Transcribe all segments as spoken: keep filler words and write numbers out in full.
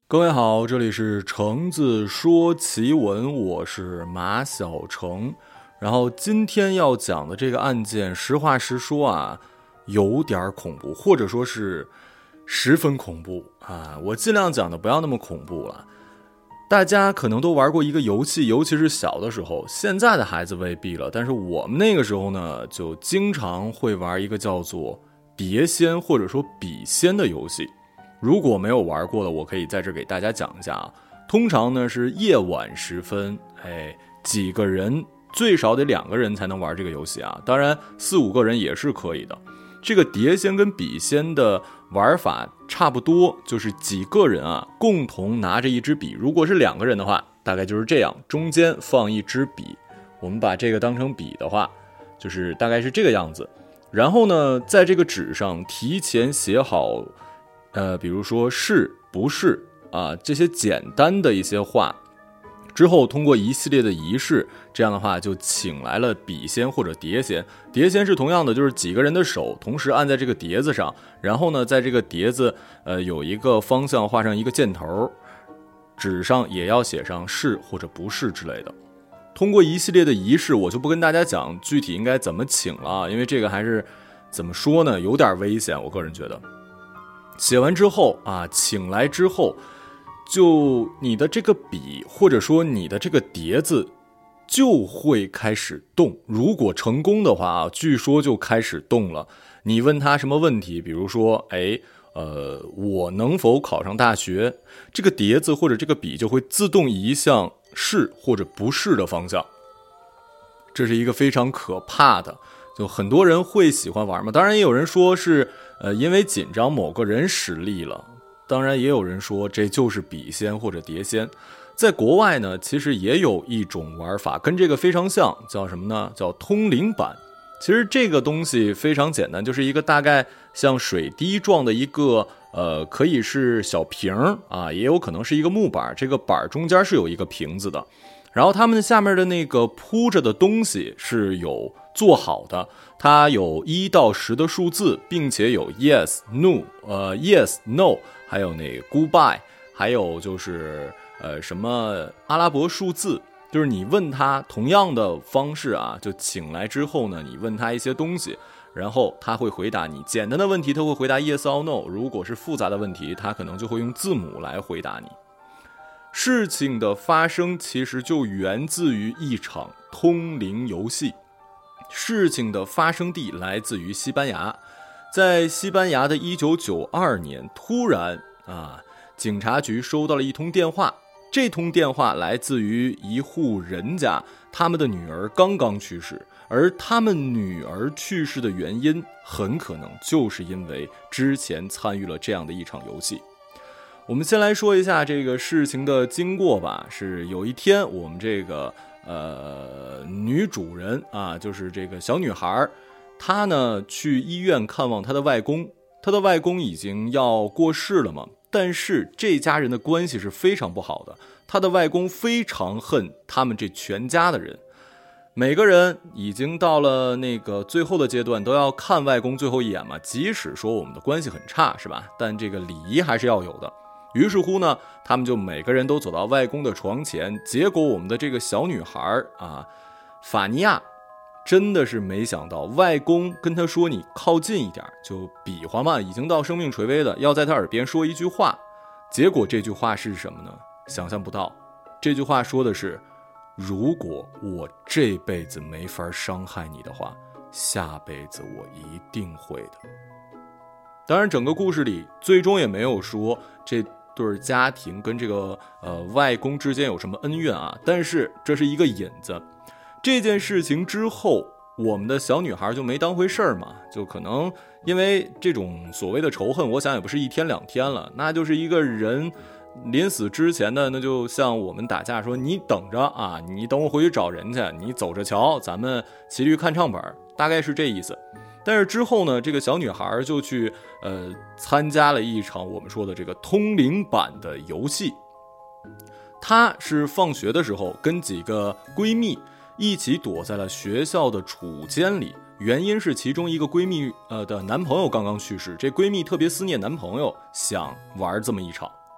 各位好，这里是橙子说奇闻，我是马小橙。然后今天要讲的这个案件，实话实说啊，有点恐怖，或者说是十分恐怖啊。我尽量讲的不要那么恐怖了。大家可能都玩过一个游戏，尤其是小的时候，现在的孩子未必了，但是我们那个时候呢，就经常会玩一个叫做碟仙或者说笔仙的游戏。如果没有玩过的，我可以在这给大家讲一下啊。通常呢是夜晚时分，哎，几个人最少得两个人才能玩这个游戏啊。当然四五个人也是可以的。这个碟仙跟笔仙的玩法差不多，就是几个人啊共同拿着一支笔。如果是两个人的话，大概就是这样，中间放一支笔。我们把这个当成笔的话，就是大概是这个样子。然后呢，在这个纸上提前写好。呃，比如说是不是啊，这些简单的一些话，之后通过一系列的仪式，这样的话就请来了笔仙或者碟仙。碟仙是同样的，就是几个人的手同时按在这个碟子上，然后呢，在这个碟子呃有一个方向画上一个箭头，纸上也要写上是或者不是之类的。通过一系列的仪式，我就不跟大家讲具体应该怎么请了，因为这个还是怎么说呢，有点危险，我个人觉得。写完之后啊，请来之后，就你的这个笔或者说你的这个碟子就会开始动。如果成功的话啊，据说就开始动了。你问他什么问题，比如说，哎，呃，我能否考上大学？这个碟子或者这个笔就会自动移向是或者不是的方向。这是一个非常可怕的。就很多人会喜欢玩嘛，当然也有人说是呃因为紧张某个人使力了，当然也有人说这就是笔仙或者碟仙。在国外呢，其实也有一种玩法跟这个非常像，叫什么呢？叫通灵板。其实这个东西非常简单，就是一个大概像水滴状的一个呃，可以是小瓶啊，也有可能是一个木板，这个板中间是有一个瓶子的。然后他们下面的那个铺着的东西是有做好的，它有一到十的数字，并且有 yes no 呃 yes no 还有那 goodbye， 还有就是呃什么阿拉伯数字，就是你问他同样的方式啊，就请来之后呢，你问他一些东西，然后他会回答你。简单的问题他会回答 yes or no， 如果是复杂的问题，他可能就会用字母来回答你。事情的发生其实就源自于一场通灵游戏。事情的发生地来自于西班牙，在西班牙的一九九二年，突然啊，警察局收到了一通电话。这通电话来自于一户人家，他们的女儿刚刚去世，而他们女儿去世的原因很可能就是因为之前参与了这样的一场游戏。我们先来说一下这个事情的经过吧。是有一天，我们这个呃女主人啊，就是这个小女孩，她呢去医院看望她的外公。她的外公已经要过世了嘛，但是这家人的关系是非常不好的。她的外公非常恨他们这全家的人，每个人已经到了那个最后的阶段，都要看外公最后一眼嘛。即使说我们的关系很差，是吧？但这个礼仪还是要有的。于是乎呢，他们就每个人都走到外公的床前。结果我们的这个小女孩啊，法尼亚，真的是没想到，外公跟她说你靠近一点，就比划嘛，已经到生命垂危了，要在她耳边说一句话。结果这句话是什么呢？想象不到。这句话说的是，如果我这辈子没法伤害你的话，下辈子我一定会的。当然整个故事里最终也没有说这对家庭跟这个呃外公之间有什么恩怨啊，但是这是一个引子。这件事情之后，我们的小女孩就没当回事儿嘛，就可能因为这种所谓的仇恨，我想也不是一天两天了，那就是一个人临死之前的，那就像我们打架说，你等着啊，你等我回去找人去，你走着瞧，咱们骑驴看唱本，大概是这意思。但是之后呢，这个小女孩就去呃参加了一场我们说的这个通灵版的游戏。她是放学的时候跟几个闺蜜一起躲在了学校的储间里，原因是其中一个闺蜜呃的男朋友刚刚去世，这闺蜜特别思念男朋友，想玩这么一场。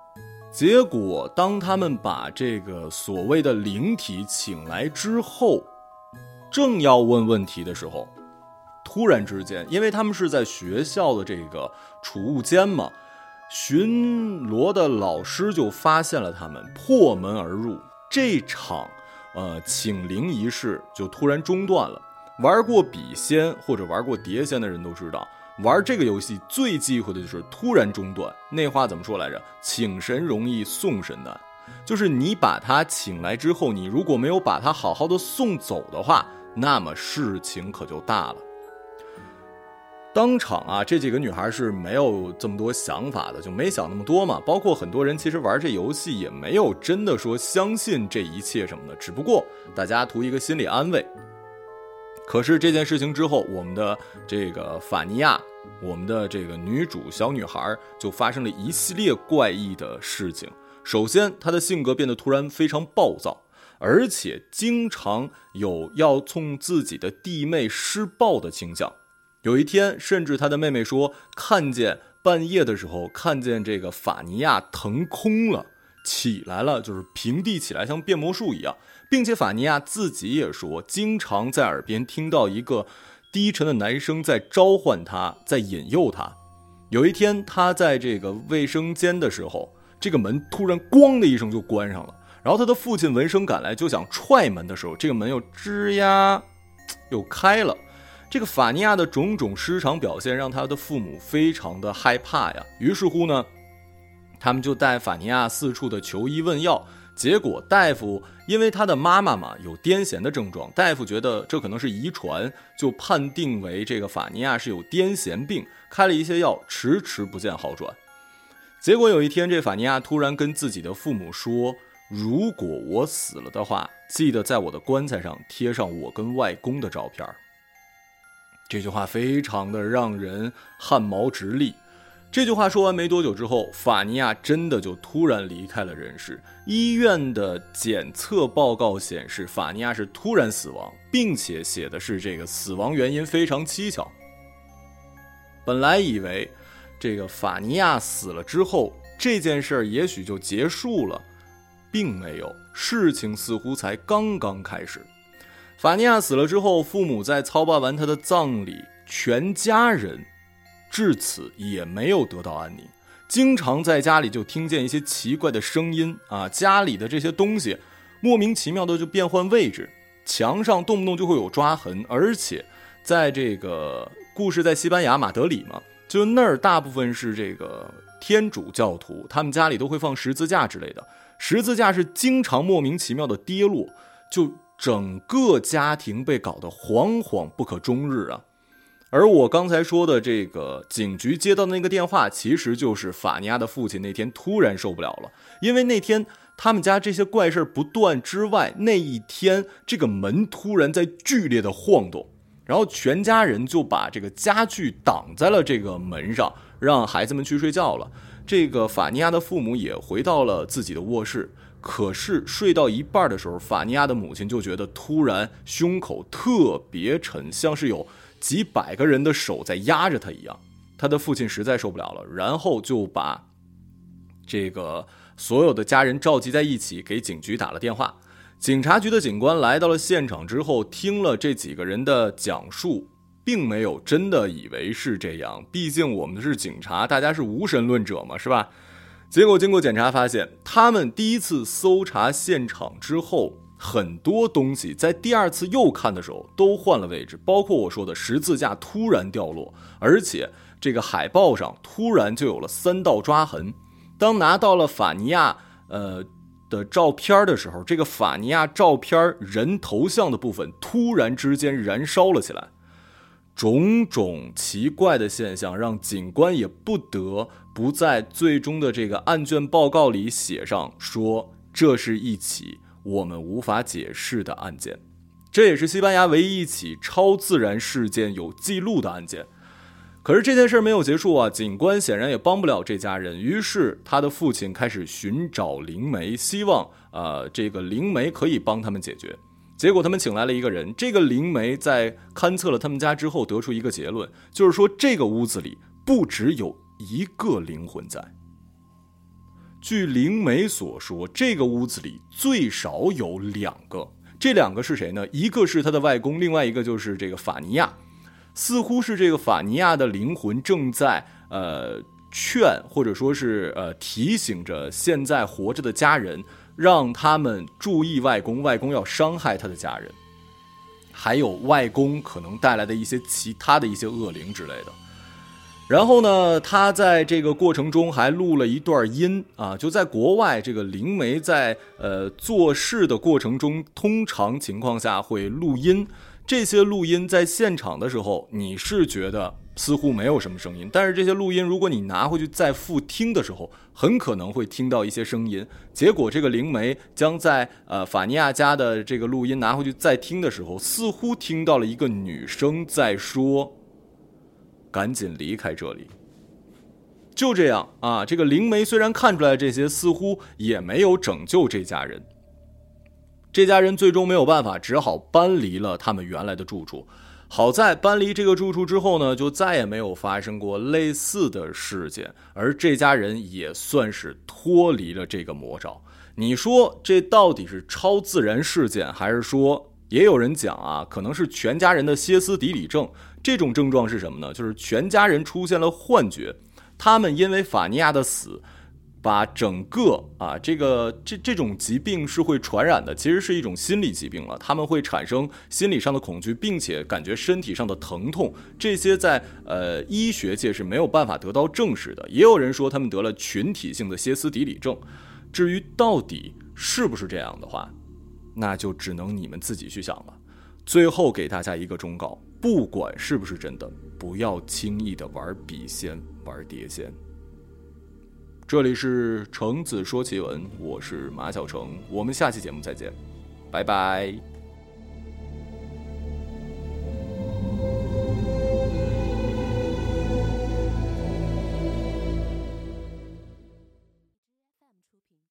结果当他们把这个所谓的灵体请来之后，正要问问题的时候，突然之间，因为他们是在学校的这个储物间嘛，巡逻的老师就发现了他们，破门而入，这场呃请灵仪式就突然中断了。玩过笔仙或者玩过碟仙的人都知道，玩这个游戏最忌讳的就是突然中断。那话怎么说来着？请神容易送神难，就是你把他请来之后，你如果没有把他好好的送走的话，那么事情可就大了。当场啊，这几个女孩是没有这么多想法的，就没想那么多嘛。包括很多人其实玩这游戏也没有真的说相信这一切什么的，只不过大家图一个心理安慰。可是这件事情之后，我们的这个法尼亚，我们的这个女主小女孩就发生了一系列怪异的事情。首先，她的性格变得突然非常暴躁，而且经常有要冲自己的弟妹施暴的倾向。有一天，甚至她的妹妹说，看见半夜的时候，看见这个法尼亚腾空了，起来了，就是平地起来，像变魔术一样。并且法尼亚自己也说，经常在耳边听到一个低沉的男声在召唤他，在引诱他。有一天，他在这个卫生间的时候，这个门突然咣的一声就关上了。然后他的父亲闻声赶来，就想踹门的时候，这个门又吱呀又开了。这个法尼亚的种种失常表现让他的父母非常的害怕呀。于是乎呢，他们就带法尼亚四处的求医问药。结果大夫因为他的妈妈嘛有癫痫的症状，大夫觉得这可能是遗传，就判定为这个法尼亚是有癫痫病，开了一些药，迟迟不见好转。结果有一天，这法尼亚突然跟自己的父母说，如果我死了的话，记得在我的棺材上贴上我跟外公的照片。这句话非常的让人汗毛直立。这句话说完没多久之后，法尼亚真的就突然离开了人世。医院的检测报告显示，法尼亚是突然死亡，并且写的是这个死亡原因非常蹊跷。本来以为这个法尼亚死了之后，这件事儿也许就结束了，并没有，事情似乎才刚刚开始。法尼亚死了之后，父母在操办完他的葬礼，全家人至此也没有得到安宁，经常在家里就听见一些奇怪的声音啊，家里的这些东西莫名其妙的就变换位置，墙上动不动就会有抓痕，而且在这个故事在西班牙马德里嘛，就那儿大部分是这个天主教徒，他们家里都会放十字架之类的，十字架是经常莫名其妙的跌落，就整个家庭被搞得惶惶不可终日啊。而我刚才说的这个警局接到的那个电话，其实就是法尼亚的父亲那天突然受不了了，因为那天他们家这些怪事不断之外，那一天这个门突然在剧烈的晃动，然后全家人就把这个家具挡在了这个门上，让孩子们去睡觉了。这个法尼亚的父母也回到了自己的卧室，可是睡到一半的时候，法尼亚的母亲就觉得突然胸口特别沉，像是有几百个人的手在压着他一样。他的父亲实在受不了了，然后就把这个所有的家人召集在一起，给警局打了电话。警察局的警官来到了现场之后，听了这几个人的讲述，并没有真的以为是这样，毕竟我们是警察，大家是无神论者嘛，是吧？结果经过检查发现，他们第一次搜查现场之后，很多东西在第二次又看的时候都换了位置，包括我说的十字架突然掉落，而且这个海报上突然就有了三道抓痕。当拿到了法尼亚呃的照片的时候，这个法尼亚照片人头像的部分突然之间燃烧了起来。种种奇怪的现象让警官也不得不在最终的这个案卷报告里写上说，这是一起我们无法解释的案件。这也是西班牙唯一一起超自然事件有记录的案件。可是这件事没有结束啊，警官显然也帮不了这家人，于是他的父亲开始寻找灵媒，希望呃这个灵媒可以帮他们解决。结果他们请来了一个人，这个灵媒在勘测了他们家之后得出一个结论，就是说这个屋子里不只有一个灵魂在。 据灵媒所说，这个屋子里最少有两个，这两个是谁呢？一个是他的外公，另外一个就是这个法尼亚。似乎是这个法尼亚的灵魂正在呃劝或者说是呃提醒着现在活着的家人，让他们注意外公，外公要伤害他的家人，还有外公可能带来的一些其他的一些恶灵之类的。然后呢，他在这个过程中还录了一段音啊，就在国外，这个灵媒在呃做事的过程中，通常情况下会录音。这些录音在现场的时候，你是觉得似乎没有什么声音，但是这些录音如果你拿回去再复听的时候，很可能会听到一些声音。结果这个灵媒将在呃法尼亚家的这个录音拿回去再听的时候，似乎听到了一个女生在说，赶紧离开这里。就这样啊，这个灵媒虽然看出来这些，似乎也没有拯救这家人。这家人最终没有办法，只好搬离了他们原来的住处。好在搬离这个住处之后呢，就再也没有发生过类似的事件，而这家人也算是脱离了这个魔爪。你说这到底是超自然事件，还是说也有人讲啊，可能是全家人的歇斯底里症？这种症状是什么呢？就是全家人出现了幻觉，他们因为法尼亚的死，把整个啊这个这这种疾病是会传染的，其实是一种心理疾病了。他们会产生心理上的恐惧，并且感觉身体上的疼痛，这些在呃医学界是没有办法得到证实的。也有人说他们得了群体性的歇斯底里症。至于到底是不是这样的话，那就只能你们自己去想了。最后给大家一个忠告，不管是不是真的，不要轻易的玩笔仙，玩碟仙。这里是橙子说奇闻，我是马小橙，我们下期节目再见，拜拜。